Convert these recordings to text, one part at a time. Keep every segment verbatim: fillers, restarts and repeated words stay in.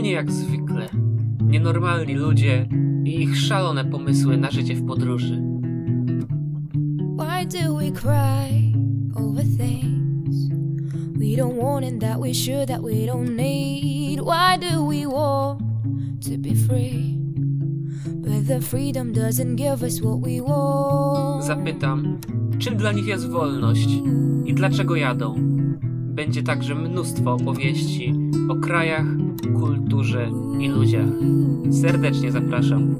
Podobnie jak zwykle, nienormalni ludzie i ich szalone pomysły na życie w podróży. Why do we cry over things we don't want and that we should, that we don't need? Why do we want to be free, but the freedom doesn't give us what we want? Zapytam, czym dla nich jest wolność i dlaczego jadą? Będzie także mnóstwo opowieści o krajach, kulturze i ludziach. Serdecznie zapraszam.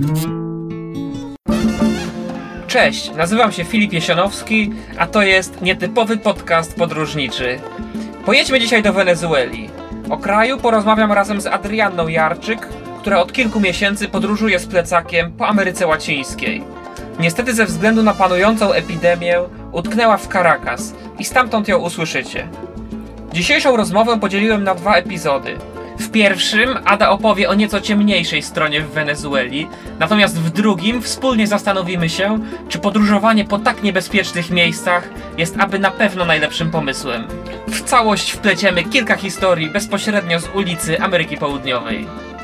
Cześć, nazywam się Filip Jesionowski, a to jest nietypowy podcast podróżniczy. Pojedźmy dzisiaj do Wenezueli. O kraju porozmawiam razem z Adrianną Jarczyk, która od kilku miesięcy podróżuje z plecakiem po Ameryce Łacińskiej. Niestety ze względu na panującą epidemię utknęła w Caracas i stamtąd ją usłyszycie. Dzisiejszą rozmowę podzieliłem na dwa epizody. W pierwszym Ada opowie o nieco ciemniejszej stronie w Wenezueli, natomiast w drugim wspólnie zastanowimy się, czy podróżowanie po tak niebezpiecznych miejscach jest aby na pewno najlepszym pomysłem. W całość wpleciemy kilka historii bezpośrednio z ulicy Ameryki Południowej.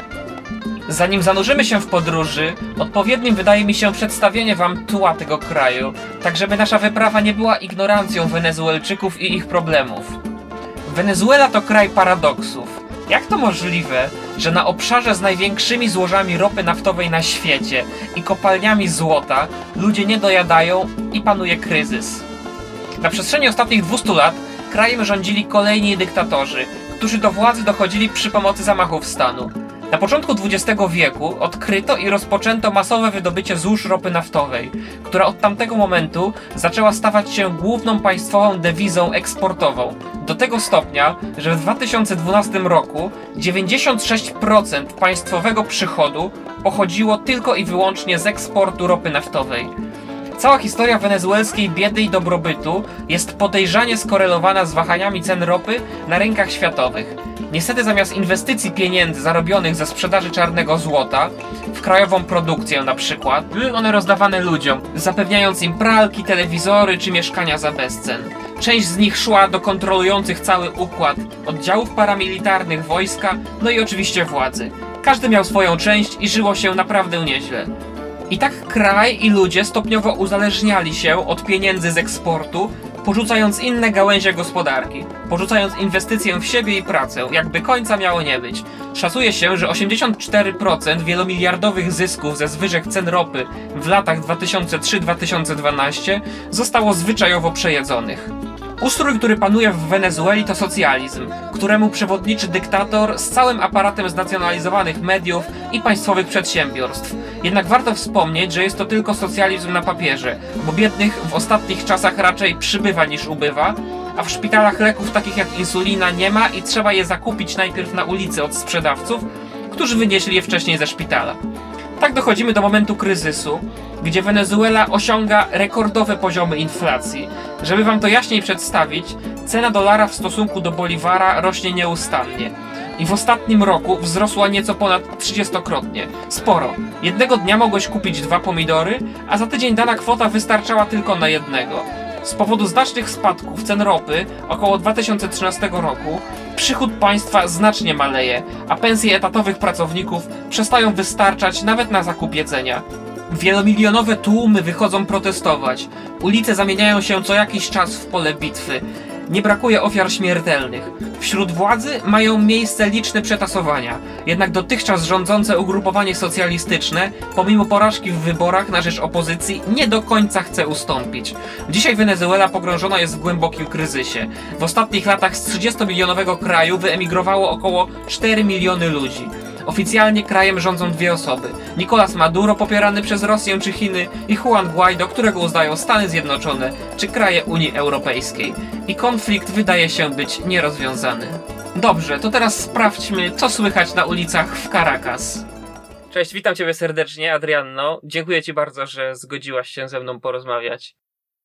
Zanim zanurzymy się w podróży, odpowiednim wydaje mi się przedstawienie wam tła tego kraju, tak żeby nasza wyprawa nie była ignorancją Wenezuelczyków i ich problemów. Wenezuela to kraj paradoksów. Jak to możliwe, że na obszarze z największymi złożami ropy naftowej na świecie i kopalniami złota ludzie nie dojadają i panuje kryzys? Na przestrzeni ostatnich dwustu lat krajem rządzili kolejni dyktatorzy, którzy do władzy dochodzili przy pomocy zamachów stanu. Na początku dwudziestego wieku odkryto i rozpoczęto masowe wydobycie złóż ropy naftowej, która od tamtego momentu zaczęła stawać się główną państwową dewizą eksportową. Do tego stopnia, że w dwa tysiące dwunastym roku dziewięćdziesiąt sześć procent państwowego przychodu pochodziło tylko i wyłącznie z eksportu ropy naftowej. Cała historia wenezuelskiej biedy i dobrobytu jest podejrzanie skorelowana z wahaniami cen ropy na rynkach światowych. Niestety zamiast inwestycji pieniędzy zarobionych ze sprzedaży czarnego złota w krajową produkcję na przykład, były one rozdawane ludziom, zapewniając im pralki, telewizory czy mieszkania za bezcen. Część z nich szła do kontrolujących cały układ oddziałów paramilitarnych wojska, no i oczywiście władzy. Każdy miał swoją część i żyło się naprawdę nieźle. I tak kraj i ludzie stopniowo uzależniali się od pieniędzy z eksportu, porzucając inne gałęzie gospodarki, porzucając inwestycje w siebie i pracę, jakby końca miało nie być. Szacuje się, że osiemdziesiąt cztery procent wielomiliardowych zysków ze zwyżek cen ropy w latach dwa tysiące trzeci do dwa tysiące dwunastego zostało zwyczajowo przejedzonych. Ustrój, który panuje w Wenezueli, to socjalizm, któremu przewodniczy dyktator z całym aparatem znacjonalizowanych mediów i państwowych przedsiębiorstw. Jednak warto wspomnieć, że jest to tylko socjalizm na papierze, bo biednych w ostatnich czasach raczej przybywa niż ubywa, a w szpitalach leków takich jak insulina nie ma i trzeba je zakupić najpierw na ulicy od sprzedawców, którzy wynieśli je wcześniej ze szpitala. Tak dochodzimy do momentu kryzysu, gdzie Wenezuela osiąga rekordowe poziomy inflacji. Żeby wam to jaśniej przedstawić, cena dolara w stosunku do boliwara rośnie nieustannie. I w ostatnim roku wzrosła nieco ponad trzydziestokrotnie. Sporo. Jednego dnia mogłeś kupić dwa pomidory, a za tydzień dana kwota wystarczała tylko na jednego. Z powodu znacznych spadków cen ropy około dwa tysiące trzynastego roku przychód państwa znacznie maleje, a pensje etatowych pracowników przestają wystarczać nawet na zakup jedzenia. Wielomilionowe tłumy wychodzą protestować. Ulice zamieniają się co jakiś czas w pole bitwy. Nie brakuje ofiar śmiertelnych. Wśród władzy mają miejsce liczne przetasowania. Jednak dotychczas rządzące ugrupowanie socjalistyczne, pomimo porażki w wyborach na rzecz opozycji, nie do końca chce ustąpić. Dzisiaj Wenezuela pogrążona jest w głębokim kryzysie. W ostatnich latach z trzydziestomilionowego kraju wyemigrowało około cztery miliony ludzi. Oficjalnie krajem rządzą dwie osoby. Nicolás Maduro, popierany przez Rosję czy Chiny, i Juan Guaido, którego uznają Stany Zjednoczone czy kraje Unii Europejskiej. I konflikt wydaje się być nierozwiązany. Dobrze, to teraz sprawdźmy, co słychać na ulicach w Caracas. Cześć, witam ciebie serdecznie, Adrianno. Dziękuję ci bardzo, że zgodziłaś się ze mną porozmawiać.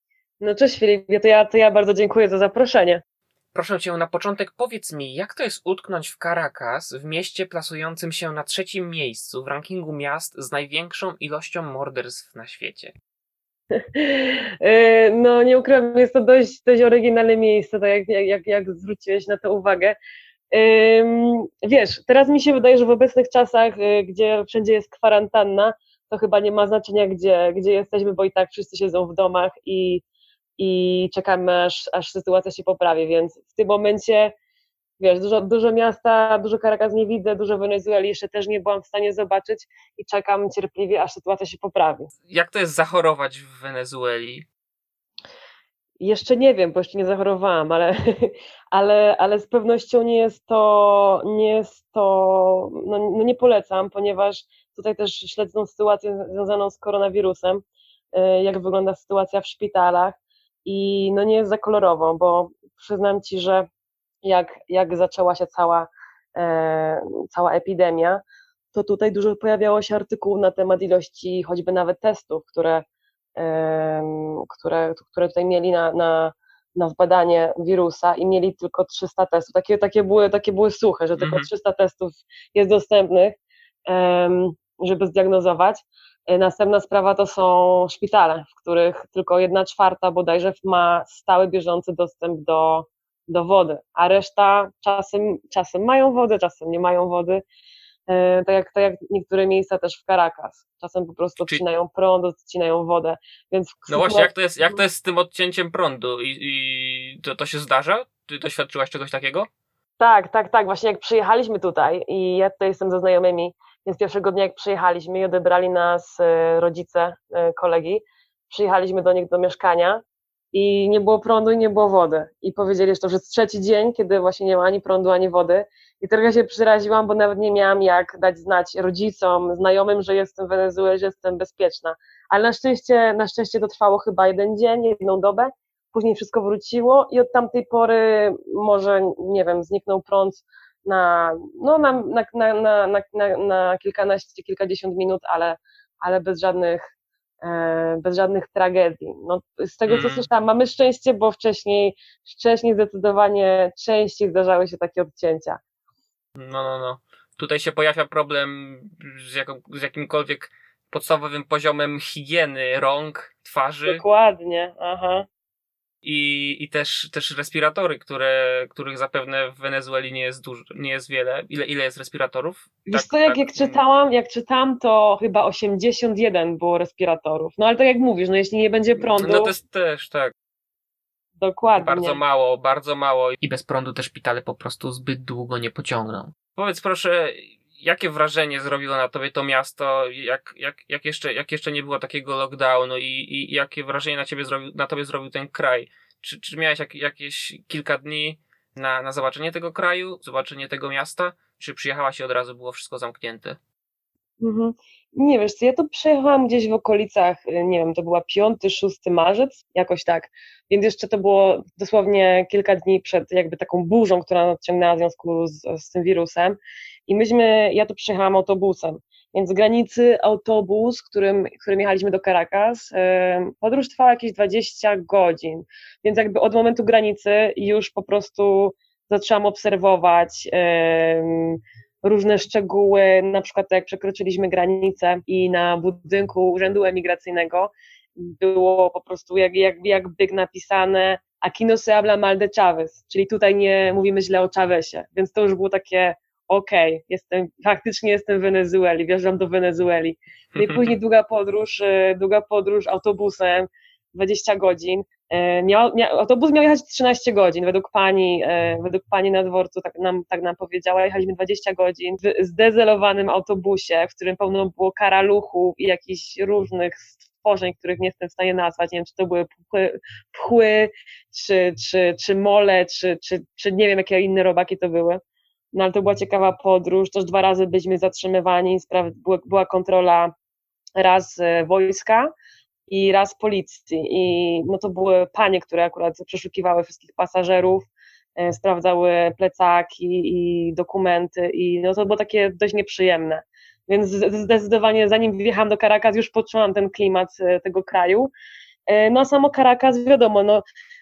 No cześć Filipie, to ja, to ja bardzo dziękuję za zaproszenie. Proszę cię, na początek powiedz mi, jak to jest utknąć w Caracas, w mieście plasującym się na trzecim miejscu w rankingu miast z największą ilością morderstw na świecie? No nie ukrywam, jest to dość, dość oryginalne miejsce, tak jak, jak, jak zwróciłeś na to uwagę. Ym, wiesz, teraz mi się wydaje, że w obecnych czasach, y, gdzie wszędzie jest kwarantanna, to chyba nie ma znaczenia, gdzie, gdzie jesteśmy, bo i tak wszyscy siedzą w domach i, i czekamy, aż, aż sytuacja się poprawi, więc w tym momencie, wiesz, dużo, dużo miasta, dużo Caracas nie widzę, dużo Wenezueli jeszcze też nie byłam w stanie zobaczyć i czekam cierpliwie, aż sytuacja się poprawi. Jak to jest zachorować w Wenezueli? Jeszcze nie wiem, bo jeszcze nie zachorowałam, ale, ale, ale z pewnością nie jest to, nie jest to, no, no nie polecam, ponieważ tutaj też śledzą sytuację związaną z koronawirusem, y, jak wygląda sytuacja w szpitalach i no nie jest za kolorowo, bo przyznam Ci, że jak, jak zaczęła się cała, e, cała epidemia, to tutaj dużo pojawiało się artykułów na temat ilości choćby nawet testów, które które, które tutaj mieli na, na, na zbadanie wirusa i mieli tylko trzysta testów. Takie, takie, były, takie były słuchy, że tylko Mhm. trzysta testów jest dostępnych, żeby zdiagnozować. Następna sprawa to są szpitale, w których tylko jedna czwarta bodajże ma stały, bieżący dostęp do, do wody, a reszta czasem, czasem mają wodę, czasem nie mają wody. Tak jak, tak jak niektóre miejsca też w Caracas. Czasem po prostu Czyli- odcinają prąd, odcinają wodę. Więc No właśnie, jak to jest, jak to jest z tym odcięciem prądu? I, i to, to się zdarza? Ty doświadczyłaś czegoś takiego? Tak, tak, tak. Właśnie jak przyjechaliśmy tutaj i ja tutaj jestem ze znajomymi, więc pierwszego dnia jak przyjechaliśmy i odebrali nas e, rodzice e, kolegi, przyjechaliśmy do nich do mieszkania i nie było prądu i nie było wody. I powiedzieli, że to już jest trzeci dzień, kiedy właśnie nie ma ani prądu, ani wody. I trochę się przeraziłam, bo nawet nie miałam jak dać znać rodzicom, znajomym, że jestem w Wenezueli, że jestem bezpieczna. Ale na szczęście, na szczęście to trwało chyba jeden dzień, jedną dobę. Później wszystko wróciło i od tamtej pory może, nie wiem, zniknął prąd na, no, na, na, na, na, na, na, na kilkanaście, kilkadziesiąt minut, ale, ale bez żadnych, e, bez żadnych tragedii. No, z tego, co Mm. słyszałam, mamy szczęście, bo wcześniej, wcześniej zdecydowanie częściej zdarzały się takie odcięcia. No, no, no. Tutaj się pojawia problem z, jaką, z jakimkolwiek podstawowym poziomem higieny rąk, twarzy Dokładnie, aha. i, i też, też respiratory, które, których zapewne w Wenezueli nie jest dużo, nie jest wiele. Ile, ile jest respiratorów? Wiesz Tak, co, jak, tak, jak czytałam, jak czytałam, to chyba osiemdziesiąt jeden było respiratorów. No ale tak jak mówisz, no jeśli nie będzie prądu, No to jest też, tak. dokładnie. Bardzo mało, bardzo mało i bez prądu te szpitale po prostu zbyt długo nie pociągną. Powiedz proszę, jakie wrażenie zrobiło na tobie to miasto, jak, jak, jak, jeszcze, jak jeszcze nie było takiego lockdownu i, i jakie wrażenie na, ciebie zrobił, na tobie zrobił ten kraj? Czy, czy miałeś jak, jakieś kilka dni na, na zobaczenie tego kraju, zobaczenie tego miasta, czy przyjechałaś i od razu było wszystko zamknięte? Mhm. Nie wiesz co, ja tu przyjechałam gdzieś w okolicach, nie wiem, to była piąty, szósty marzec, jakoś tak, więc jeszcze to było dosłownie kilka dni przed jakby taką burzą, która nadciągnęła w związku z, z tym wirusem i myśmy, ja tu przyjechałam autobusem, więc z granicy autobus, którym, którym jechaliśmy do Caracas, yy, podróż trwała jakieś dwadzieścia godzin, więc jakby od momentu granicy już po prostu zaczęłam obserwować yy, różne szczegóły, na przykład jak przekroczyliśmy granicę i na budynku Urzędu Emigracyjnego było po prostu jak, jak, jak byk napisane aquí no se habla mal de Chávez, czyli tutaj nie mówimy źle o Chávezie, więc to już było takie okej, okay, jestem, faktycznie jestem w Wenezueli, wjeżdżam do Wenezueli. No i później długa podróż, długa podróż autobusem, dwadzieścia godzin. Miał, miał, autobus miał jechać trzynaście godzin, według pani, według pani na dworcu, tak nam, tak nam powiedziała, jechaliśmy dwadzieścia godzin w zdezelowanym autobusie, w którym pełno było karaluchów i jakichś różnych stworzeń, których nie jestem w stanie nazwać, nie wiem, czy to były pchły, pchły czy, czy, czy mole, czy, czy, czy nie wiem, jakie inne robaki to były. No ale to była ciekawa podróż, też dwa razy byliśmy zatrzymywani, była kontrola raz wojska i raz policji i no to były panie, które akurat przeszukiwały wszystkich pasażerów, e, sprawdzały plecaki i dokumenty i no to było takie dość nieprzyjemne, więc zdecydowanie zanim wjechałam do Caracas już poczułam ten klimat tego kraju. E, no a samo Caracas wiadomo, no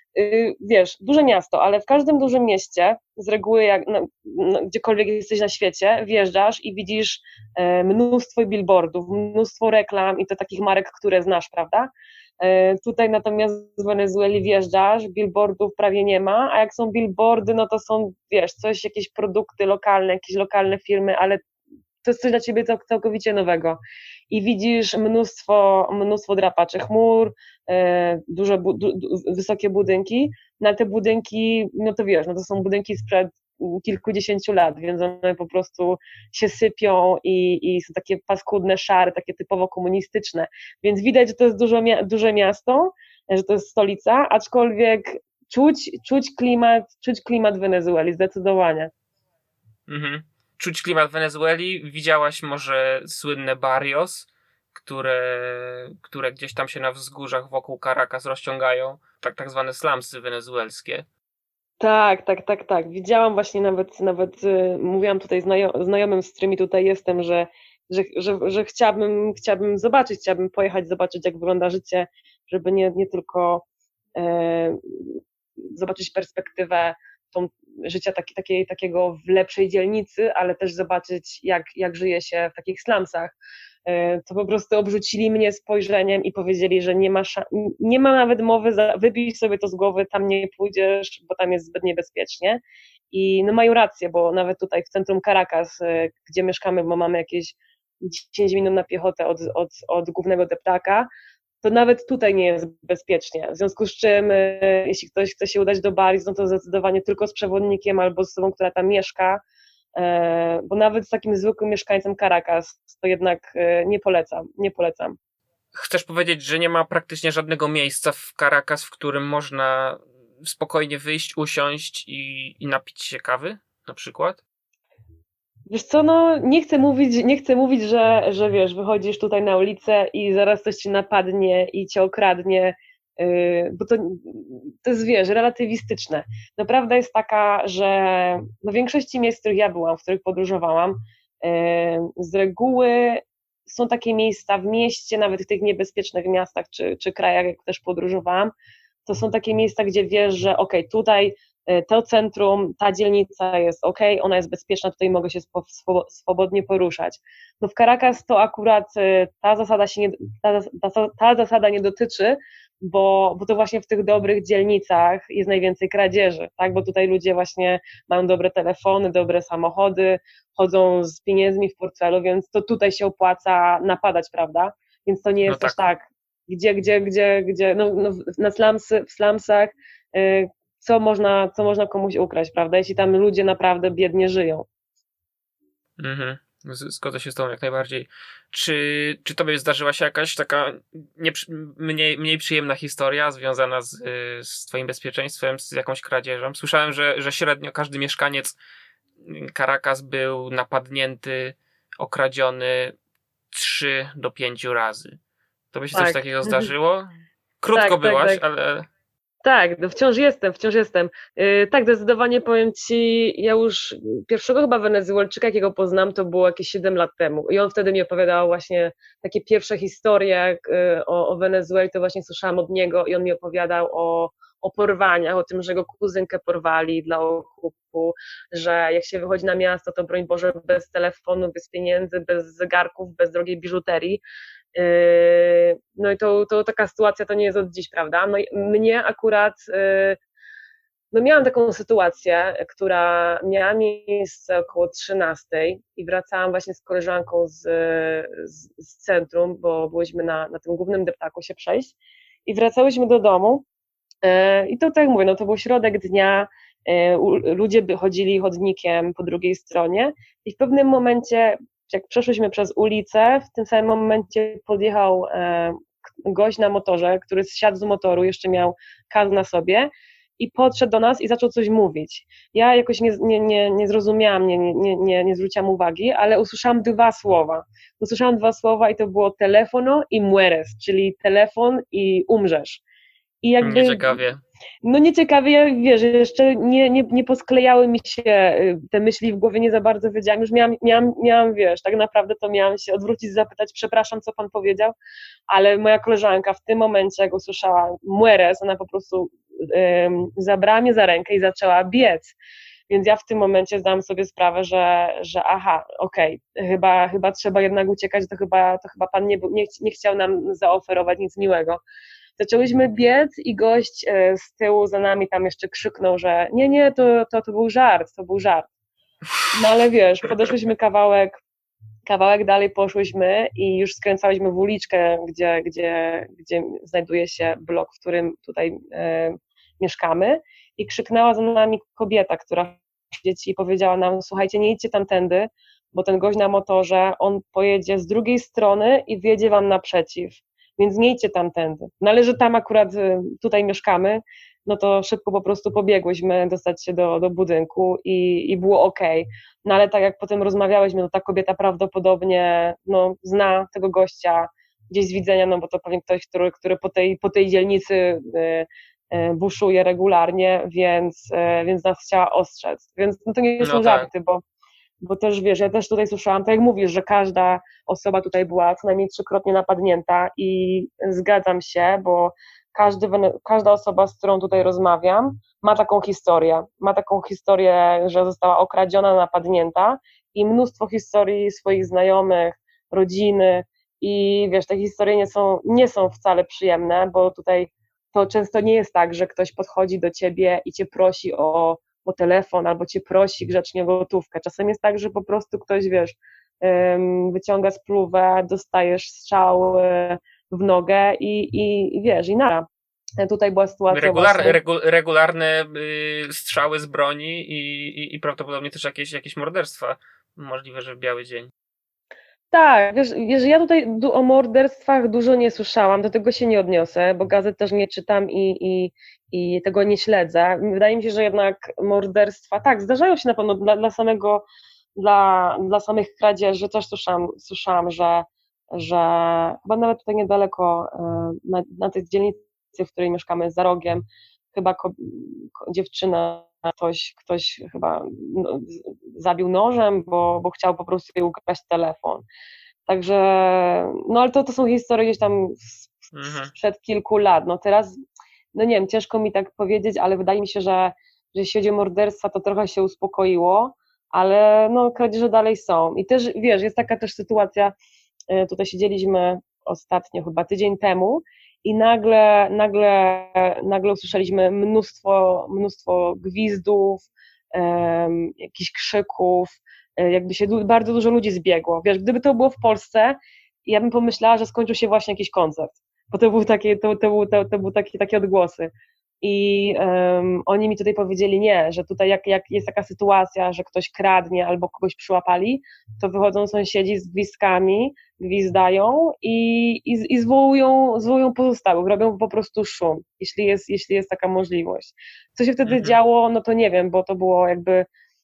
yy, wiesz, duże miasto, ale w każdym dużym mieście, z reguły jak, no, no, gdziekolwiek jesteś na świecie, wjeżdżasz i widzisz e, mnóstwo billboardów, mnóstwo reklam i to takich marek, które znasz, prawda? E, tutaj natomiast w Wenezueli wjeżdżasz, billboardów prawie nie ma, a jak są billboardy, no to są, wiesz, coś, jakieś produkty lokalne, jakieś lokalne firmy, ale to jest coś dla ciebie całkowicie nowego. I widzisz mnóstwo, mnóstwo drapaczy chmur, e, duże, bu, du, wysokie budynki, na te budynki, no to wiesz, no to są budynki sprzed kilkudziesięciu lat, więc one po prostu się sypią i, i są takie paskudne, szare, takie typowo komunistyczne, więc widać, że to jest dużo, duże miasto, że to jest stolica, aczkolwiek czuć, czuć klimat, czuć klimat Wenezueli, zdecydowanie. Mhm. Czuć klimat Wenezueli. Widziałaś może słynne barrios, które, które gdzieś tam się na wzgórzach wokół Caracas rozciągają, tak, tak zwane slumsy wenezuelskie. Tak, tak, tak, tak. Widziałam właśnie nawet, nawet y, mówiłam tutaj znajo- znajomym, z którymi tutaj jestem, że, że, że, że chciałabym, chciałabym zobaczyć, chciałabym pojechać, zobaczyć, jak wygląda życie, żeby nie, nie tylko e, zobaczyć perspektywę tą życia taki, takiej, takiego w lepszej dzielnicy, ale też zobaczyć, jak, jak żyje się w takich slumsach. To po prostu obrzucili mnie spojrzeniem i powiedzieli, że nie ma, nie ma nawet mowy, za, wybij sobie to z głowy, tam nie pójdziesz, bo tam jest zbyt niebezpiecznie. I no mają rację, bo nawet tutaj w centrum Caracas, gdzie mieszkamy, bo mamy jakieś dziesięć minut na piechotę od, od, od głównego deptaka, to nawet tutaj nie jest bezpiecznie. W związku z czym, jeśli ktoś chce się udać do Bari, no to zdecydowanie tylko z przewodnikiem albo z osobą, która tam mieszka, bo nawet z takim zwykłym mieszkańcem Caracas to jednak nie polecam, nie polecam. Chcesz powiedzieć, że nie ma praktycznie żadnego miejsca w Caracas, w którym można spokojnie wyjść, usiąść i, i napić się kawy na przykład? Wiesz co, no nie chcę mówić, nie chcę mówić, że, że wiesz, wychodzisz tutaj na ulicę i zaraz coś ci napadnie i cię okradnie, yy, bo to, to jest, wiesz, relatywistyczne. No prawda jest taka, że no w większości miejsc, w których ja byłam, w których podróżowałam, yy, z reguły są takie miejsca w mieście, nawet w tych niebezpiecznych miastach czy, czy krajach, jak też podróżowałam, to są takie miejsca, gdzie wiesz, że okej, okay, tutaj to centrum, ta dzielnica jest ok, ona jest bezpieczna, tutaj mogę się swobodnie poruszać. No w Caracas to akurat ta zasada się nie, ta, ta, ta zasada nie dotyczy, bo, bo to właśnie w tych dobrych dzielnicach jest najwięcej kradzieży, tak? Bo tutaj ludzie właśnie mają dobre telefony, dobre samochody, chodzą z pieniędzmi w portfelu, więc to tutaj się opłaca napadać, prawda? Więc to nie jest no tak. też tak, gdzie, gdzie, gdzie, gdzie, no, no na slumsy, w slumsach yy, co można, co można komuś ukraść, prawda, jeśli tam ludzie naprawdę biednie żyją. Mhm. Zgodzę się z tobą jak najbardziej. Czy, czy tobie zdarzyła się jakaś taka nie, mniej, mniej przyjemna historia związana z, z twoim bezpieczeństwem, z jakąś kradzieżą? Słyszałem, że, że średnio każdy mieszkaniec Caracas był napadnięty, okradziony trzy do pięciu razy. Tobie się tak. coś takiego zdarzyło? Krótko tak, byłaś, tak, tak. ale... Tak, no wciąż jestem, wciąż jestem. Yy, tak, zdecydowanie powiem ci, ja już pierwszego chyba Wenezuelczyka, jakiego poznam, to było jakieś siedem lat temu i on wtedy mi opowiadał właśnie takie pierwsze historie yy, o, o Wenezueli, to właśnie słyszałam od niego i on mi opowiadał o, o porwaniach, o tym, że go kuzynkę porwali dla okupu, że jak się wychodzi na miasto, to broń Boże bez telefonu, bez pieniędzy, bez zegarków, bez drogiej biżuterii. No i to, to taka sytuacja to nie jest od dziś, prawda? No i mnie akurat, no miałam taką sytuację, która miała miejsce około trzynastej i wracałam właśnie z koleżanką z, z, z centrum, bo byliśmy na, na tym głównym deptaku się przejść i wracałyśmy do domu i to tak jak mówię, no to był środek dnia, ludzie by chodzili chodnikiem po drugiej stronie i w pewnym momencie jak przeszłyśmy przez ulicę, w tym samym momencie podjechał e, gość na motorze, który zsiadł z motoru, jeszcze miał kask na sobie i podszedł do nas i zaczął coś mówić. Ja jakoś nie, nie, nie, nie zrozumiałam, nie, nie, nie, nie zwróciłam uwagi, ale usłyszałam dwa słowa. Usłyszałam dwa słowa i to było telefono i mueres, czyli telefon i umrzesz. I jakby... Nieciekawie. No nieciekawie, ja wiesz, jeszcze nie, nie, nie posklejały mi się te myśli w głowie, nie za bardzo wiedziałam, już miałam, miałam, miałam, wiesz, tak naprawdę to miałam się odwrócić, zapytać, przepraszam, co pan powiedział, ale moja koleżanka w tym momencie, jak usłyszała mueres, ona po prostu ym, zabrała mnie za rękę i zaczęła biec. Więc ja w tym momencie zdałam sobie sprawę, że, że aha, okej, okay, chyba, chyba trzeba jednak uciekać, to chyba, to chyba pan nie, nie, nie chciał nam zaoferować nic miłego. Zaczęłyśmy biec i gość z tyłu za nami tam jeszcze krzyknął, że nie, nie, to, to, to był żart, to był żart. No ale wiesz, podeszłyśmy kawałek, kawałek dalej poszłyśmy i już skręcałyśmy w uliczkę, gdzie, gdzie, gdzie znajduje się blok, w którym tutaj e, mieszkamy i krzyknęła za nami kobieta, która dzieci powiedziała nam, słuchajcie, nie idźcie tamtędy, bo ten gość na motorze, on pojedzie z drugiej strony i wjedzie wam naprzeciw, więc nie idźcie tamtędy. No ale że tam akurat tutaj mieszkamy, no to szybko po prostu pobiegłyśmy dostać się do, do budynku i, i było okej. Okay. No ale tak jak potem rozmawiałyśmy, to ta kobieta prawdopodobnie no, zna tego gościa gdzieś z widzenia, no bo to pewnie ktoś, który, który po, tej, po tej dzielnicy y, y, buszuje regularnie, więc, y, więc nas chciała ostrzec. Więc no to nie są no tak. żarty, bo, bo też wiesz, ja też tutaj słyszałam, tak jak mówisz, że każda osoba tutaj była co najmniej trzykrotnie napadnięta i zgadzam się, bo Każdy, każda osoba, z którą tutaj rozmawiam, ma taką historię. Ma taką historię, że została okradziona, napadnięta i mnóstwo historii swoich znajomych, rodziny i wiesz, te historie nie są, nie są wcale przyjemne, bo tutaj to często nie jest tak, że ktoś podchodzi do ciebie i cię prosi o, o telefon albo cię prosi grzecznie o gotówkę. Czasem jest tak, że po prostu ktoś, wiesz, wyciąga spluwę, dostajesz strzał w nogę i, i, i wiesz, i nara. Tutaj była sytuacja Regular, właśnie... regu, regularne y, strzały z broni i, i, i prawdopodobnie też jakieś, jakieś morderstwa możliwe, że w biały dzień. Tak, wiesz, wiesz, ja tutaj o morderstwach dużo nie słyszałam, do tego się nie odniosę, bo gazet też nie czytam i, i, i tego nie śledzę. Wydaje mi się, że jednak morderstwa, tak, zdarzają się na pewno dla, dla samego, dla, dla samych kradzieży, też słyszałam, słyszałam że, że chyba nawet tutaj niedaleko, na, na tej dzielnicy, w której mieszkamy za rogiem, chyba ko, ko, dziewczyna, ktoś, ktoś chyba no, zabił nożem, bo, bo chciał po prostu jej ukraść telefon. Także, no ale to, to są historie gdzieś tam sprzed mhm. kilku lat. No teraz, no nie wiem, ciężko mi tak powiedzieć, ale wydaje mi się, że, że jeśli chodzi o morderstwa, to trochę się uspokoiło, ale no kradzieże dalej są. I też, wiesz, jest taka też sytuacja, tutaj siedzieliśmy ostatnio, chyba tydzień temu, i nagle, nagle, nagle usłyszeliśmy mnóstwo, mnóstwo gwizdów, um, jakichś krzyków, jakby się du- bardzo dużo ludzi zbiegło. Wiesz, gdyby to było w Polsce, ja bym pomyślała, że skończył się właśnie jakiś koncert, bo to były takie, to, to, był, to, to były takie, takie odgłosy. I um, oni mi tutaj powiedzieli nie, że tutaj jak, jak jest taka sytuacja, że ktoś kradnie albo kogoś przyłapali, to wychodzą sąsiedzi z gwizdkami, gwizdają i, i, i zwołują, zwołują pozostałych, robią po prostu szum, jeśli jest, jeśli jest taka możliwość. Co się wtedy mhm. działo, no to nie wiem, bo to było jakby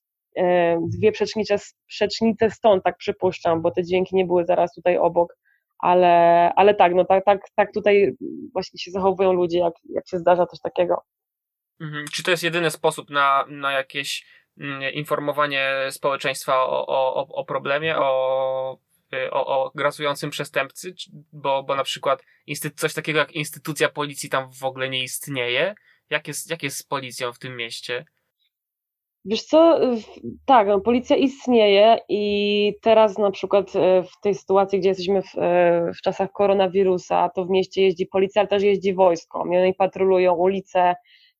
e, dwie przecznice, przecznice stąd, tak przypuszczam, bo te dźwięki nie były zaraz tutaj obok. Ale, ale tak, no tak, tak, tak tutaj właśnie się zachowują ludzie, jak, jak się zdarza coś takiego. Mhm. Czy to jest jedyny sposób na, na jakieś mm, informowanie społeczeństwa o, o, o problemie, o, o, o grasującym przestępcy? Bo, bo na przykład instytu- coś takiego jak instytucja policji tam w ogóle nie istnieje. Jak jest, jak jest z policją w tym mieście? Wiesz co, tak, no, policja istnieje i teraz na przykład w tej sytuacji, gdzie jesteśmy w, w czasach koronawirusa, to w mieście jeździ policja, ale też jeździ wojsko. Oni patrolują ulice,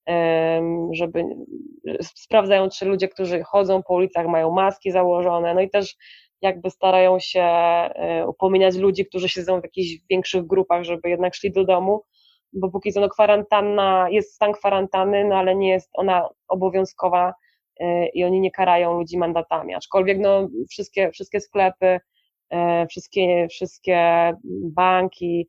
żeby sprawdzają, czy ludzie, którzy chodzą po ulicach, mają maski założone, no i też jakby starają się upominać ludzi, którzy siedzą w jakichś większych grupach, żeby jednak szli do domu, bo póki co no, kwarantanna, jest stan kwarantanny, no ale nie jest ona obowiązkowa i oni nie karają ludzi mandatami, aczkolwiek no, wszystkie, wszystkie sklepy, wszystkie, wszystkie banki,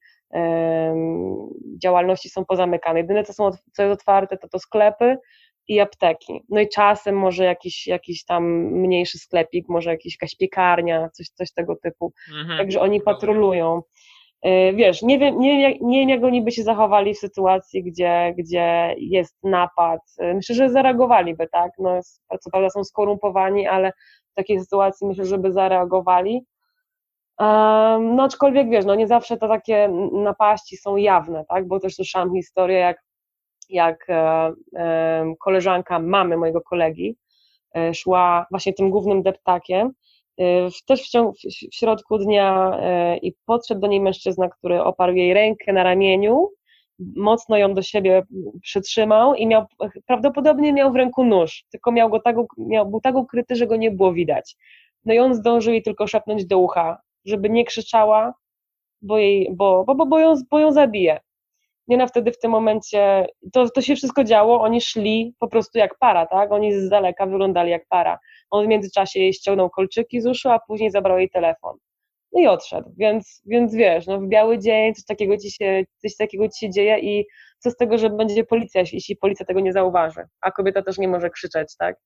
działalności są pozamykane. Jedyne co, są, co jest otwarte to to sklepy i apteki. No i czasem może jakiś, jakiś tam mniejszy sklepik, może jakiś, jakaś piekarnia, coś, coś tego typu. Mhm. Także oni patrolują. Wiesz, nie wiem, nie, nie wiem jak oni by się zachowali w sytuacji, gdzie, gdzie jest napad. Myślę, że zareagowaliby, tak? No, co prawda są skorumpowani, ale w takiej sytuacji myślę, że by zareagowali. Um, no aczkolwiek wiesz, no nie zawsze to takie napaści są jawne, tak? Bo też słyszałam historię, jak jak e, e, koleżanka mamy mojego kolegi e, szła właśnie tym głównym deptakiem, e, w, też w, ciągu, w, w środku dnia e, i podszedł do niej mężczyzna, który oparł jej rękę na ramieniu, mocno ją do siebie przytrzymał i miał, prawdopodobnie miał w ręku nóż, tylko miał go tak, miał, był tak ukryty, że go nie było widać. No i on zdążył jej tylko szepnąć do ucha, żeby nie krzyczała, bo, jej, bo, bo, bo, bo, ją, bo ją zabije. Nie, no wtedy w tym momencie, to, to się wszystko działo, oni szli po prostu jak para, tak, oni z daleka wyglądali jak para. On w międzyczasie jej ściągnął kolczyki z uszu, a później zabrał jej telefon. No i odszedł, więc, więc wiesz, no w biały dzień coś takiego ci się, coś takiego ci się dzieje i co z tego, że będzie policja, jeśli policja tego nie zauważy, a kobieta też nie może krzyczeć, tak?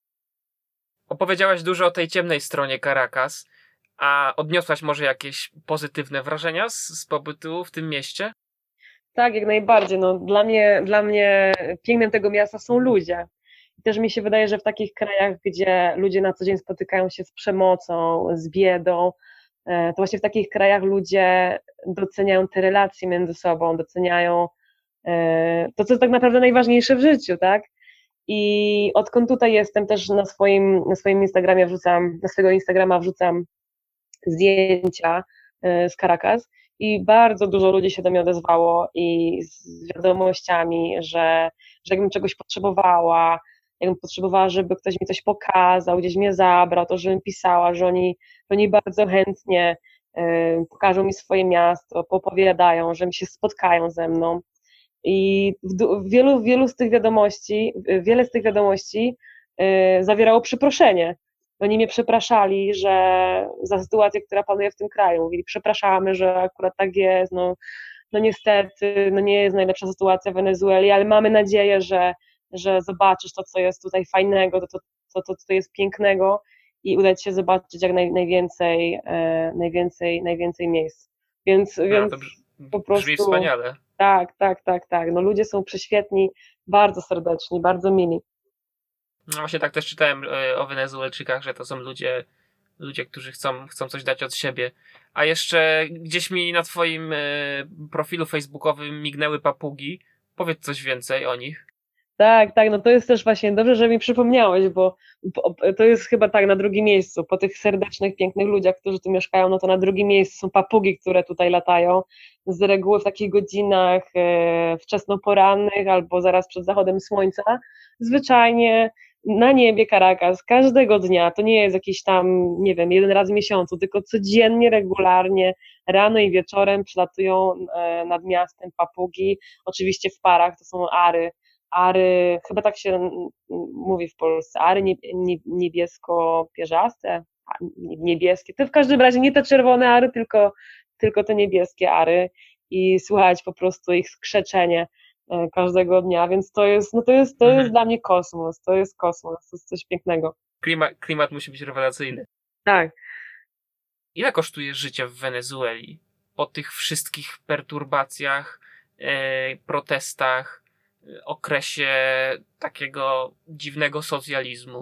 Opowiedziałaś dużo o tej ciemnej stronie Caracas, a odniosłaś może jakieś pozytywne wrażenia z, z pobytu w tym mieście? Tak, jak najbardziej. No, dla mnie, dla mnie pięknem tego miasta są ludzie. I też mi się wydaje, że w takich krajach, gdzie ludzie na co dzień spotykają się z przemocą, z biedą, to właśnie w takich krajach ludzie doceniają te relacje między sobą, doceniają to, co jest tak naprawdę najważniejsze w życiu, tak? I odkąd tutaj jestem, też na swoim, na swoim Instagramie wrzucam, na swojego Instagrama wrzucam zdjęcia z Caracas i bardzo dużo ludzi się do mnie odezwało i z wiadomościami, że, że jakbym czegoś potrzebowała, jakbym potrzebowała, żeby ktoś mi coś pokazał, gdzieś mnie zabrał, to żebym pisała, że oni, że oni bardzo chętnie y, pokażą mi swoje miasto, popowiadają, że mi się spotkają ze mną. I w, w wielu, wielu z tych wiadomości, wiele z tych wiadomości y, zawierało przeproszenie. Oni mnie przepraszali, że za sytuację, która panuje w tym kraju. Mówili, przepraszamy, że akurat tak jest, no, no niestety, no nie jest najlepsza sytuacja w Wenezueli, ale mamy nadzieję, że, że zobaczysz to, co jest tutaj fajnego, to, to, to, to co jest pięknego i uda ci się zobaczyć jak naj, najwięcej, e, najwięcej, najwięcej miejsc. Więc, No, więc to brz- po brzmi prostu... wspaniale. Tak, tak, tak, tak. No ludzie są prześwietni, bardzo serdeczni, bardzo mili. No właśnie tak też czytałem y, o Wenezuelczykach, że to są ludzie, ludzie, którzy chcą, chcą coś dać od siebie. A jeszcze gdzieś mi na twoim y, profilu facebookowym mignęły papugi. Powiedz coś więcej o nich. Tak, tak, no to jest też właśnie dobrze, że mi przypomniałeś, bo bo to jest chyba tak na drugim miejscu, po tych serdecznych, pięknych ludziach, którzy tu mieszkają, no to na drugim miejscu są papugi, które tutaj latają, z reguły w takich godzinach e, wczesnoporannych albo zaraz przed zachodem słońca, zwyczajnie na niebie Caracas, każdego dnia, to nie jest jakiś tam, nie wiem, jeden raz w miesiącu, tylko codziennie, regularnie, rano i wieczorem przylatują e, nad miastem papugi, oczywiście w parach, to są ary, ary, chyba tak się mówi w Polsce, ary nie, nie, niebiesko-pierzaste, niebieskie, to w każdym razie nie te czerwone ary, tylko, tylko te niebieskie ary i słuchać po prostu ich skrzeczenie każdego dnia, więc to jest, no to jest, to Mhm. jest dla mnie kosmos, to jest kosmos, to jest coś pięknego. Klimat, klimat musi być rewelacyjny. Tak. Ile kosztuje życie w Wenezueli? Po tych wszystkich perturbacjach, e, protestach, e, okresie takiego dziwnego socjalizmu.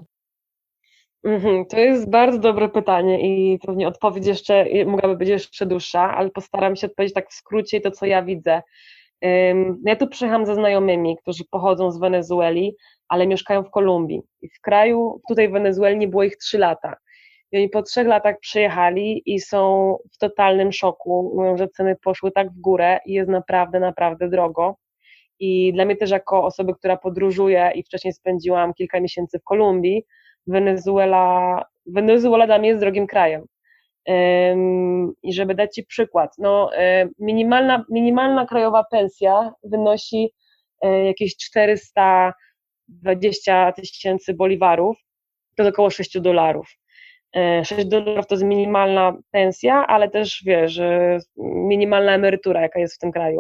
Mhm, to jest bardzo dobre pytanie i pewnie odpowiedź jeszcze mogłaby być jeszcze dłuższa, ale postaram się odpowiedzieć tak w skrócie to, co ja widzę. Um, ja tu przyjechałam ze znajomymi, którzy pochodzą z Wenezueli, ale mieszkają w Kolumbii. I w kraju, tutaj w Wenezueli nie było ich trzy lata. I oni po trzech latach przyjechali i są w totalnym szoku. Mówią, że ceny poszły tak w górę i jest naprawdę, naprawdę drogo. I dla mnie też jako osoby, która podróżuje i wcześniej spędziłam kilka miesięcy w Kolumbii, Wenezuela, Wenezuela dla mnie jest drogim krajem. Um, I żeby dać Ci przykład, no, minimalna, minimalna krajowa pensja wynosi um, jakieś czterysta dwadzieścia tysięcy boliwarów, to jest około sześć dolarów. sześć dolarów to jest minimalna pensja, ale też wiesz, minimalna emerytura, jaka jest w tym kraju.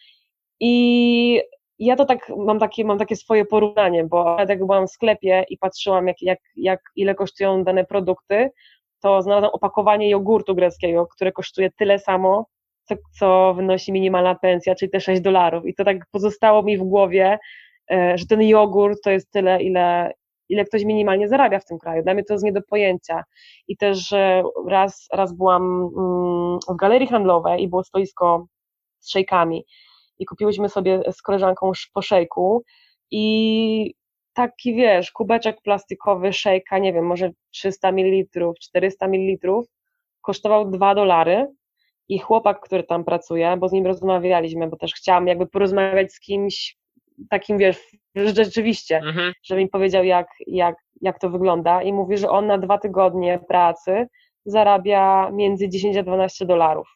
I ja to tak mam takie, mam takie swoje porównanie, bo nawet jak byłam w sklepie i patrzyłam, jak, jak, jak, ile kosztują dane produkty, to znalazłam opakowanie jogurtu greckiego, które kosztuje tyle samo, co, co wynosi minimalna pensja, czyli te sześć dolarów. I to tak pozostało mi w głowie, że ten jogurt to jest tyle, ile, ile ktoś minimalnie zarabia w tym kraju. Dla mnie to jest nie do pojęcia. I też raz, raz byłam w galerii handlowej i było stoisko z szejkami. i kupiłyśmy sobie z koleżanką po szejku i taki, wiesz, kubeczek plastikowy szejka, nie wiem, może trzysta mililitrów, czterysta mililitrów, kosztował dwa dolary i chłopak, który tam pracuje, bo z nim rozmawialiśmy, bo też chciałam jakby porozmawiać z kimś takim, wiesz, rzeczywiście, Mhm. żeby mi powiedział, jak, jak, jak to wygląda i mówi, że on na dwa tygodnie pracy zarabia między dziesięć a dwanaście dolarów.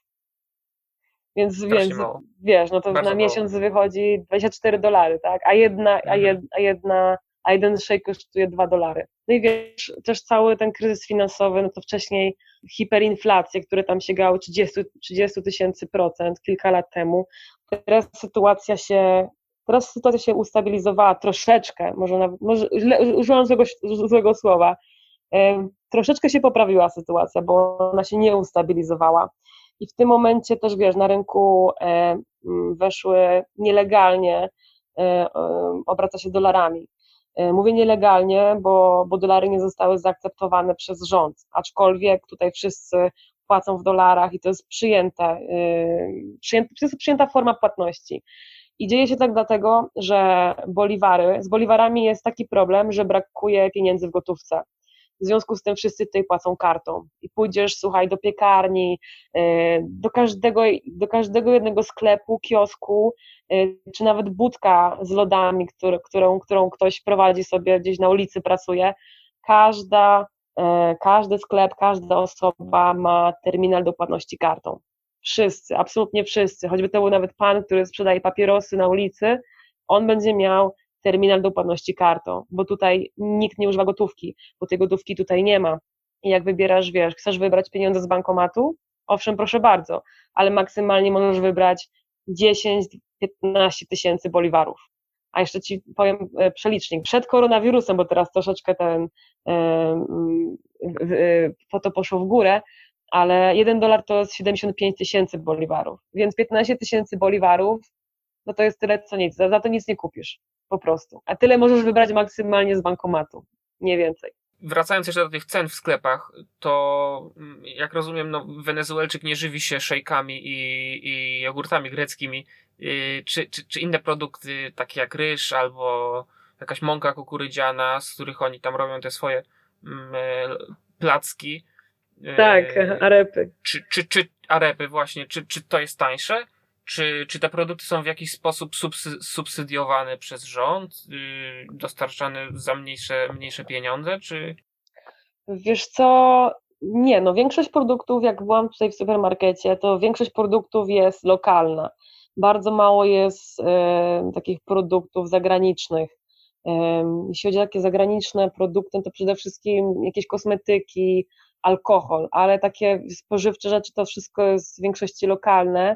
Więc, Strasznie więc mało. wiesz, no to Bardzo na mało. miesiąc wychodzi dwadzieścia cztery dolary, tak? A jedna, a, Mhm. jed, a jedna, a jeden shake kosztuje dwa dolary. No i wiesz, też cały ten kryzys finansowy, no to wcześniej hiperinflacje, które tam sięgały trzydzieści tysięcy procent kilka lat temu. Teraz sytuacja się, teraz sytuacja się ustabilizowała troszeczkę, może, nawet, może źle, użyłam złego, złego słowa, e, troszeczkę się poprawiła sytuacja, bo ona się nie ustabilizowała. I w tym momencie też, wiesz, na rynku e, weszły nielegalnie, e, e, obraca się dolarami. E, mówię nielegalnie, bo, bo dolary nie zostały zaakceptowane przez rząd, aczkolwiek tutaj wszyscy płacą w dolarach i to jest przyjęte, e, przyjęta, to jest przyjęta forma płatności. I dzieje się tak dlatego, że boliwary, z boliwarami jest taki problem, że brakuje pieniędzy w gotówce. W związku z tym wszyscy tutaj płacą kartą i pójdziesz, słuchaj, do piekarni, do każdego, do każdego jednego sklepu, kiosku, czy nawet budka z lodami, który, którą, którą ktoś prowadzi sobie gdzieś na ulicy, pracuje, każda, każdy sklep, każda osoba ma terminal do płatności kartą. Wszyscy, absolutnie wszyscy, choćby to był nawet pan, który sprzedaje papierosy na ulicy, on będzie miał terminal do płatności kartą, bo tutaj nikt nie używa gotówki, bo tej gotówki tutaj nie ma. I jak wybierasz, wiesz, chcesz wybrać pieniądze z bankomatu? Owszem, proszę bardzo, ale maksymalnie możesz wybrać dziesięć do piętnastu tysięcy boliwarów. A jeszcze Ci powiem przelicznik. Przed koronawirusem, bo teraz troszeczkę ten po to poszło w górę, ale jeden dolar to jest siedemdziesiąt pięć tysięcy boliwarów, więc piętnaście tysięcy boliwarów, no to jest tyle co nic, za, za to nic nie kupisz, po prostu. A tyle możesz wybrać maksymalnie z bankomatu, nie więcej. Wracając jeszcze do tych cen w sklepach, to jak rozumiem, no, Wenezuelczyk nie żywi się szejkami i, i jogurtami greckimi, yy, czy, czy, czy inne produkty, takie jak ryż albo jakaś mąka kukurydziana, z których oni tam robią te swoje mm, placki. Yy, tak, arepy. Czy, czy, czy arepy właśnie, czy, czy to jest tańsze? Czy, czy te produkty są w jakiś sposób subsy, subsydiowane przez rząd, yy, dostarczane za mniejsze, mniejsze pieniądze, czy... Wiesz co, nie, no większość produktów, jak byłam tutaj w supermarkecie, to większość produktów jest lokalna. Bardzo mało jest e, takich produktów zagranicznych. E, jeśli chodzi o takie zagraniczne produkty, to przede wszystkim jakieś kosmetyki, alkohol, ale takie spożywcze rzeczy to wszystko jest w większości lokalne.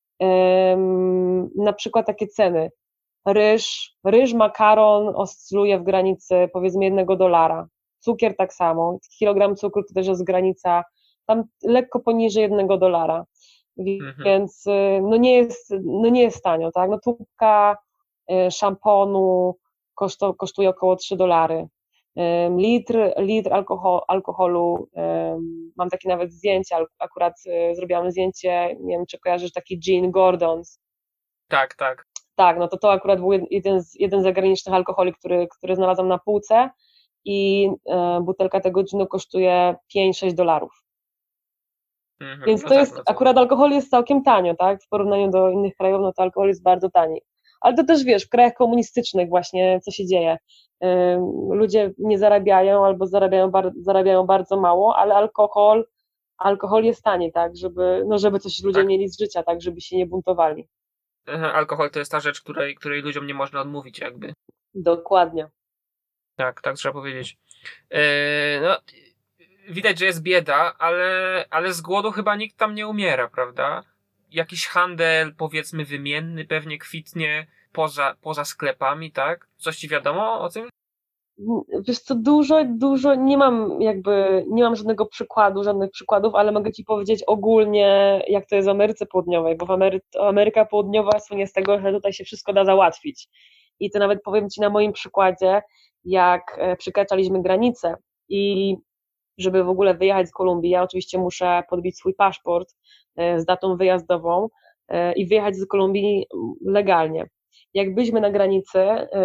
Na przykład takie ceny. Ryż, ryż, makaron oscyluje w granicy powiedzmy jednego dolara. Cukier tak samo. Kilogram cukru to też jest granica tam lekko poniżej jednego dolara. Więc mhm. no nie jest, no nie jest tanio, tak? No tubka szamponu koszto, kosztuje około trzy dolary. Litr, litr alkohol, alkoholu, mam takie nawet zdjęcie, akurat zrobiłam zdjęcie, nie wiem, czy kojarzysz taki Gin Gordon's. Tak, tak. Tak, no to to akurat był jeden z, jeden z zagranicznych alkoholi, który, który znalazłam na półce i e, butelka tego ginu kosztuje pięć sześć dolarów. Mhm, Więc no to tak, jest, no to... akurat alkohol jest całkiem tanio, tak, w porównaniu do innych krajów, no to alkohol jest bardzo tani. Ale to też wiesz, w krajach komunistycznych właśnie co się dzieje. Ludzie nie zarabiają albo zarabiają, bar- zarabiają bardzo mało, ale alkohol, alkohol jest tani, tak, żeby, no żeby coś ludzie tak. mieli z życia, tak, żeby się nie buntowali. Aha, alkohol to jest ta rzecz, której, której ludziom nie można odmówić jakby. Dokładnie. Tak, tak trzeba powiedzieć. Yy, no, widać, że jest bieda, ale, ale z głodu chyba nikt tam nie umiera, prawda? Jakiś handel, powiedzmy, wymienny pewnie kwitnie poza, poza sklepami, tak? Coś ci wiadomo o tym? Wiesz co, dużo, dużo, nie mam jakby, nie mam żadnego przykładu, żadnych przykładów, ale mogę ci powiedzieć ogólnie, jak to jest w Ameryce Południowej, bo w Amery- Ameryka Południowa słynie z tego, że tutaj się wszystko da załatwić. I to nawet powiem ci na moim przykładzie, jak przekraczaliśmy granicę i żeby w ogóle wyjechać z Kolumbii, ja oczywiście muszę podbić swój paszport z datą wyjazdową, i wyjechać z Kolumbii legalnie. Jak byliśmy na granicy,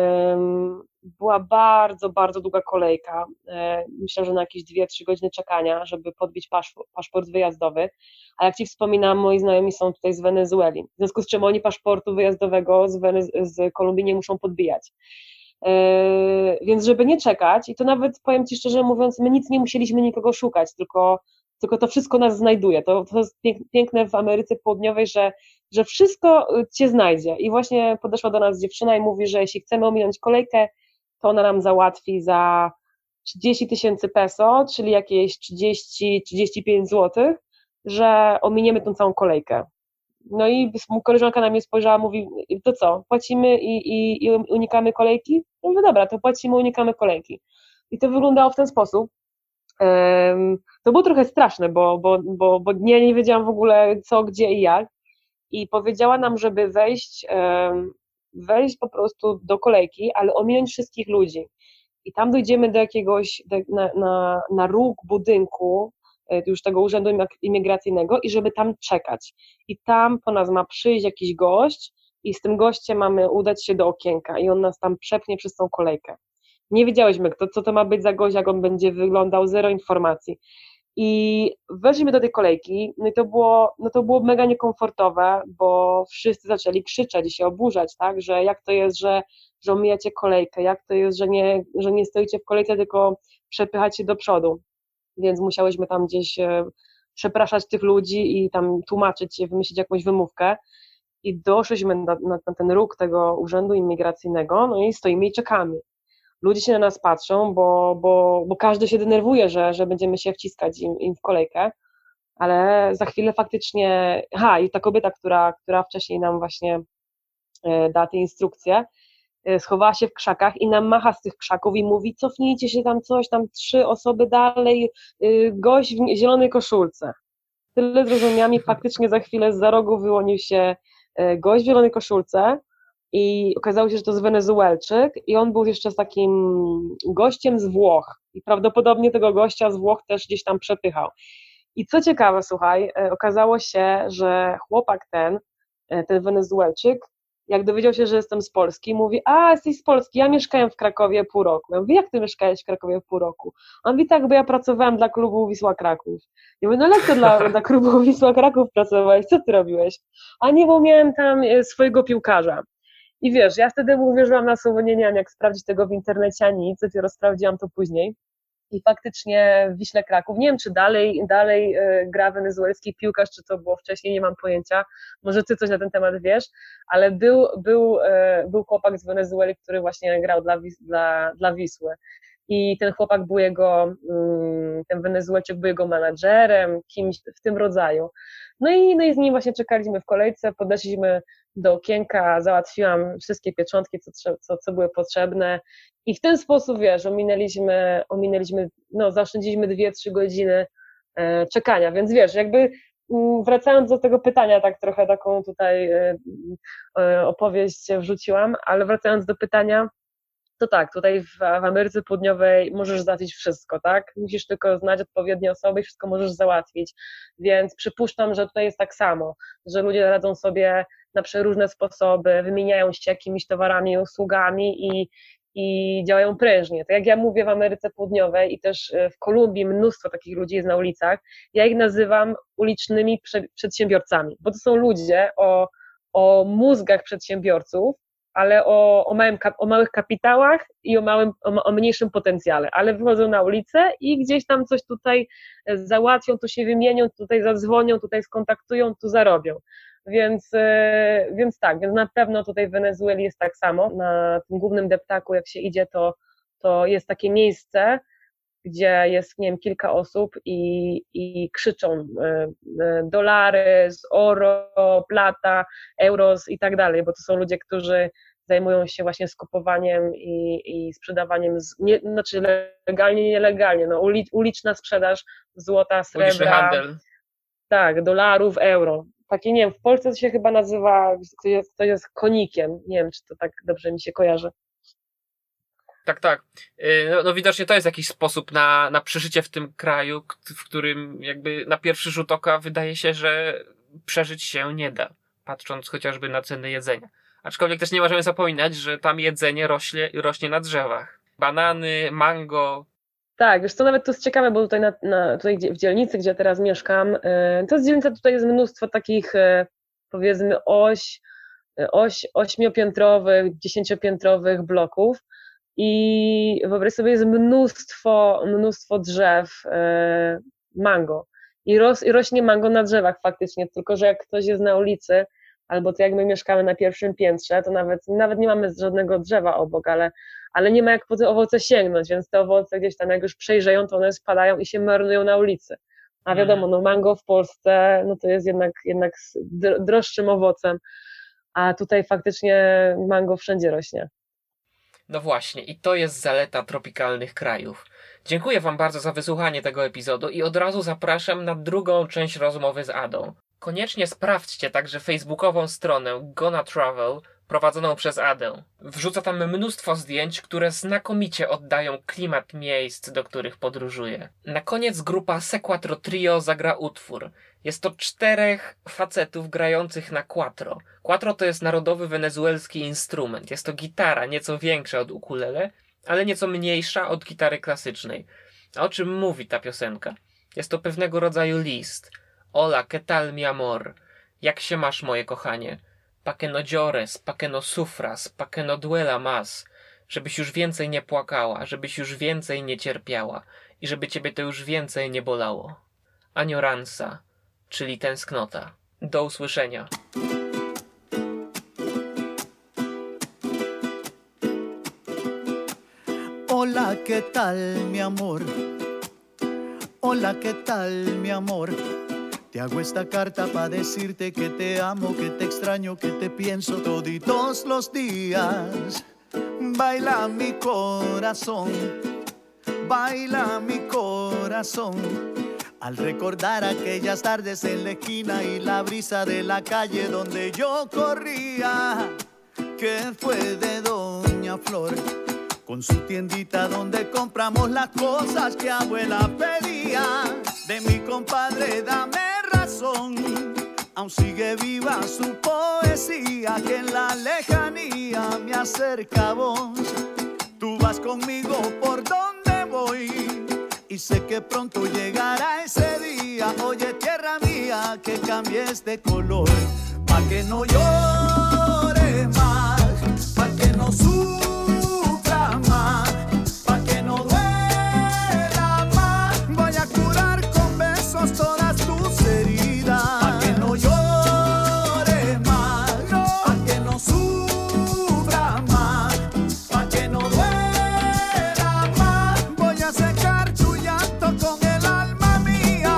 była bardzo, bardzo długa kolejka. Myślę, że na jakieś dwie trzy godziny czekania, żeby podbić paszport, paszport wyjazdowy. A jak Ci wspominam, moi znajomi są tutaj z Wenezueli, w związku z czym oni paszportu wyjazdowego z, Wenez- z Kolumbii nie muszą podbijać. Więc żeby nie czekać, i to nawet powiem Ci szczerze mówiąc, my nic nie musieliśmy nikogo szukać, tylko tylko to wszystko nas znajduje. To, to jest piękne w Ameryce Południowej, że, że wszystko Cię znajdzie. I właśnie podeszła do nas dziewczyna i mówi, że jeśli chcemy ominąć kolejkę, to ona nam załatwi za trzydzieści tysięcy peso, czyli jakieś trzydzieści trzydzieści pięć złotych, że ominiemy tą całą kolejkę. No i koleżanka na mnie spojrzała, mówi, to co, płacimy i, i, i unikamy kolejki? No mówię, dobra, to płacimy, unikamy kolejki. I to wyglądało w ten sposób. To było trochę straszne, bo, bo, bo, bo nie, nie wiedziałam w ogóle co, gdzie i jak, i powiedziała nam, żeby wejść, wejść po prostu do kolejki, ale ominąć wszystkich ludzi, i tam dojdziemy do jakiegoś, do, na, na, na róg budynku już tego urzędu imigracyjnego, i żeby tam czekać, i tam po nas ma przyjść jakiś gość i z tym gościem mamy udać się do okienka i on nas tam przepnie przez tą kolejkę. Nie wiedziałyśmy, kto, co to ma być za gość, jak on będzie wyglądał, zero informacji. I weszliśmy do tej kolejki, no i to było, no to było mega niekomfortowe, bo wszyscy zaczęli krzyczeć i się oburzać, tak, że jak to jest, że, że omijacie kolejkę, jak to jest, że nie, że nie stoicie w kolejce, tylko przepychać się do przodu. Więc musiałyśmy tam gdzieś e, przepraszać tych ludzi i tam tłumaczyć się, wymyślić jakąś wymówkę. I doszliśmy na, na, na ten róg tego urzędu imigracyjnego, no i stoimy i czekamy. Ludzie się na nas patrzą, bo, bo, bo każdy się denerwuje, że, że będziemy się wciskać im, im w kolejkę, ale za chwilę faktycznie, aha, i ta kobieta, która, która wcześniej nam właśnie e, da te instrukcje, e, schowała się w krzakach i nam macha z tych krzaków i mówi, cofnijcie się tam coś, tam trzy osoby dalej, e, gość w zielonej koszulce. Tyle zrozumiałam i faktycznie za chwilę z za rogu wyłonił się e, gość w zielonej koszulce, i okazało się, że to jest Wenezuelczyk, i on był jeszcze z takim gościem z Włoch i prawdopodobnie tego gościa z Włoch też gdzieś tam przepychał. I co ciekawe, słuchaj, okazało się, że chłopak ten, ten Wenezuelczyk, jak dowiedział się, że jestem z Polski, mówi, a jesteś z Polski, ja mieszkałem w Krakowie pół roku. Ja mówię, jak ty mieszkałeś w Krakowie pół roku? A on mówi, tak, bo ja pracowałem dla klubu Wisła Kraków. Ja mówię, no jak to dla, dla klubu Wisła Kraków pracowałeś, co ty robiłeś? A nie, bo miałem tam swojego piłkarza. I wiesz, ja wtedy uwierzyłam na słowo, nie, nie wiem jak sprawdzić tego w internecie, ani nic, dopiero sprawdziłam to później. I faktycznie w Wiśle Kraków, nie wiem czy dalej, dalej y, gra wenezuelski piłkarz, czy to było wcześniej, nie mam pojęcia, może ty coś na ten temat wiesz, ale był, był, y, był chłopak z Wenezueli, który właśnie grał dla, dla, dla Wisły. I ten chłopak był jego, y, ten Wenezuelczyk był jego menadżerem, kimś w tym rodzaju. No i, no i z nim właśnie czekaliśmy w kolejce, podeszliśmy do okienka, załatwiłam wszystkie pieczątki, co, co, co były potrzebne, i w ten sposób, wiesz, ominęliśmy, ominęliśmy, no zaoszczędziliśmy dwie trzy godziny e, czekania, więc wiesz, jakby m, wracając do tego pytania, tak trochę taką tutaj e, e, opowieść wrzuciłam, ale wracając do pytania, to tak, tutaj w, w Ameryce Południowej możesz załatwić wszystko, tak? Musisz tylko znać odpowiednie osoby i wszystko możesz załatwić, więc przypuszczam, że tutaj jest tak samo, że ludzie radzą sobie na przeróżne sposoby, wymieniają się jakimiś towarami, usługami i, i działają prężnie. Tak jak ja mówię w Ameryce Południowej i też w Kolumbii mnóstwo takich ludzi jest na ulicach, ja ich nazywam ulicznymi przedsiębiorcami, bo to są ludzie o, o mózgach przedsiębiorców, ale o, o, małym, o małych kapitałach i o, małym, o, o mniejszym potencjale, ale wychodzą na ulicę i gdzieś tam coś tutaj załatwią, tu się wymienią, tutaj zadzwonią, tutaj skontaktują, tu zarobią. Więc, więc tak, więc na pewno tutaj w Wenezueli jest tak samo. Na tym głównym deptaku, jak się idzie, to, to jest takie miejsce, gdzie jest, nie wiem, kilka osób i, i krzyczą dolary, oro, plata, euros i tak dalej, bo to są ludzie, którzy zajmują się właśnie skupowaniem i, i sprzedawaniem, z, nie, znaczy legalnie, nielegalnie, no, uliczna sprzedaż złota, srebra, uliczny handel. Tak, dolarów, euro. Takie, nie wiem, w Polsce to się chyba nazywa, ktoś jest, ktoś jest konikiem, nie wiem, czy to tak dobrze mi się kojarzy. Tak, tak. No, no widocznie to jest jakiś sposób na, na przeżycie w tym kraju, w którym jakby na pierwszy rzut oka wydaje się, że przeżyć się nie da. patrząc chociażby na ceny jedzenia. Aczkolwiek też nie możemy zapominać, że tam jedzenie rośnie, rośnie na drzewach. Banany, mango. Tak, wiesz co, nawet to jest ciekawe, bo tutaj, na, na, tutaj w dzielnicy, gdzie teraz mieszkam, yy, to jest dzielnica, tutaj jest mnóstwo takich, yy, powiedzmy, oś, oś, ośmiopiętrowych, dziesięciopiętrowych bloków i wyobraź sobie, jest mnóstwo, mnóstwo drzew yy, mango I, ros, i rośnie mango na drzewach faktycznie, tylko że jak ktoś jest na ulicy, albo to jak my mieszkamy na pierwszym piętrze, to nawet, nawet nie mamy żadnego drzewa obok, ale, ale nie ma jak po te owoce sięgnąć, więc te owoce gdzieś tam jak już przejrzeją, to one spadają i się marnują na ulicy. A wiadomo, no mango w Polsce, no to jest jednak, jednak droższym owocem, a tutaj faktycznie mango wszędzie rośnie. No właśnie, i to jest zaleta tropikalnych krajów. Dziękuję wam bardzo za wysłuchanie tego epizodu i od razu zapraszam na drugą część rozmowy z Adą. Koniecznie sprawdźcie także facebookową stronę Gonna Travel prowadzoną przez Adę. Wrzuca tam mnóstwo zdjęć, które znakomicie oddają klimat miejsc, do których podróżuje. Na koniec grupa Se Quattro Trio zagra utwór. Jest to czterech facetów grających na quattro. Quattro to jest narodowy wenezuelski instrument. Jest to gitara nieco większa od ukulele, ale nieco mniejsza od gitary klasycznej. A o czym mówi ta piosenka? Jest to pewnego rodzaju list. Hola, ¿qué tal mi amor? Jak się masz, moje kochanie? Pa que no llores, pa que no sufras, pa que no duela más. Żebyś już więcej nie płakała, żebyś już więcej nie cierpiała i żeby ciebie to już więcej nie bolało. Añoranza, czyli tęsknota. Do usłyszenia. Hola, ¿qué tal, mi amor? Hola, ¿qué tal, mi amor? Te hago esta carta para decirte que te amo, que te extraño, que te pienso toditos los días. Baila mi corazón, baila mi corazón. Al recordar aquellas tardes en la esquina y la brisa de la calle donde yo corría, que fue de Doña Flor, con su tiendita donde compramos las cosas que abuela pedía. De mi compadre dame razón, aún sigue viva su poesía que en la lejanía me acerca a vos. Tú vas conmigo por donde voy y sé que pronto llegará ese día. Oye, tierra mía, que cambies de color, pa' que no llores más, pa' que no sufra más, pa' que no duela más. Voy a curar con besos todas tus heridas, pa' que no llores más, no, pa' que no sufra más, pa' que no duela más. Voy a secar tu llanto con el alma mía.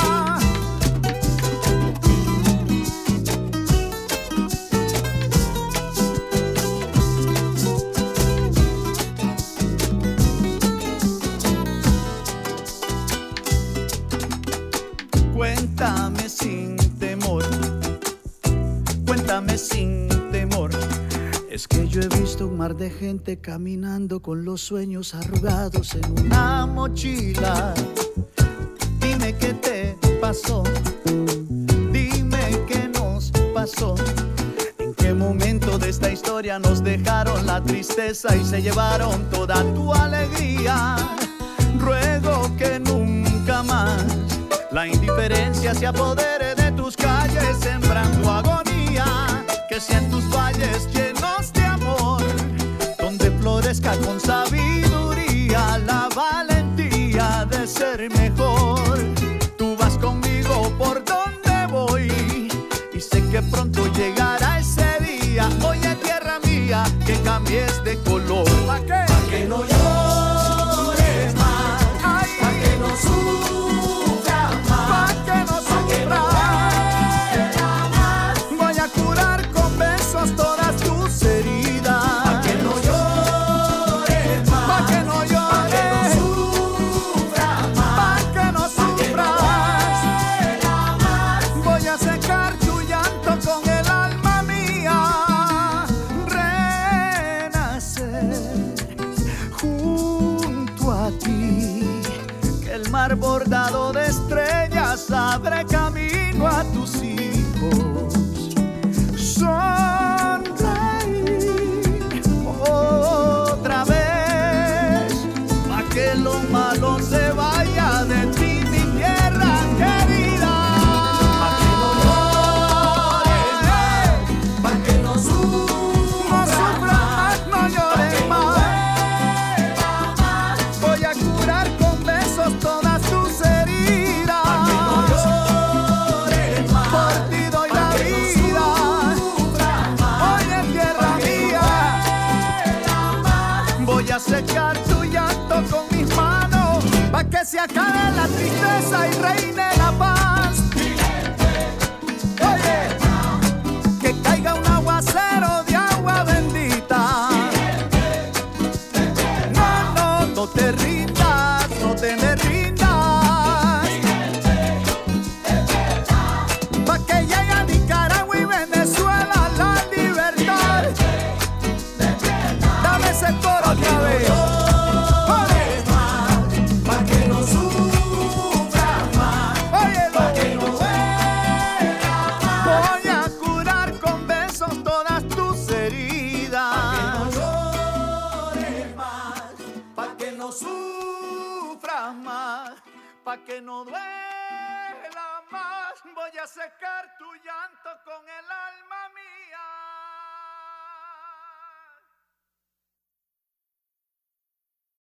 Cuéntame sin temor, cuéntame sin temor. Es que yo he visto un mar de gente caminando con los sueños arrugados en una mochila. Dime qué te pasó, dime qué nos pasó. ¿En qué momento de esta historia nos dejaron la tristeza y se llevaron toda tu alegría? Ruego que nunca más la indiferencia se apodere de tus calles, sembrando agonía. Que sea en tus valles llenos de amor, donde florezca con sabiduría la valentía de ser mejor. Tú vas conmigo por donde voy y sé que pronto llegará ese día. Oye, tierra mía, que cambies de color. ¿Pa qué? Pa' que no llores más, ay, pa' que no sufras más, pa' que no sufras más. Voy a curar con besos todas tus heridas, pa' que no llores más, pa' que no llores, pa' que no sufras más, pa' que no sufras más. Voy a secar tu llanto con el alma mía. Renacer junto a ti, que el mar bordado de estrellas abre camino a tus hijos. se acabe la tristeza y reine la paz. Oye, que caiga un aguacero de agua bendita. No, no, no te rindas, no te me rindas. Pa' que llegue a Nicaragua y Venezuela la libertad. Dame ese coro otra vez. Pa' que no duela más, voy a secar tu llanto con el alma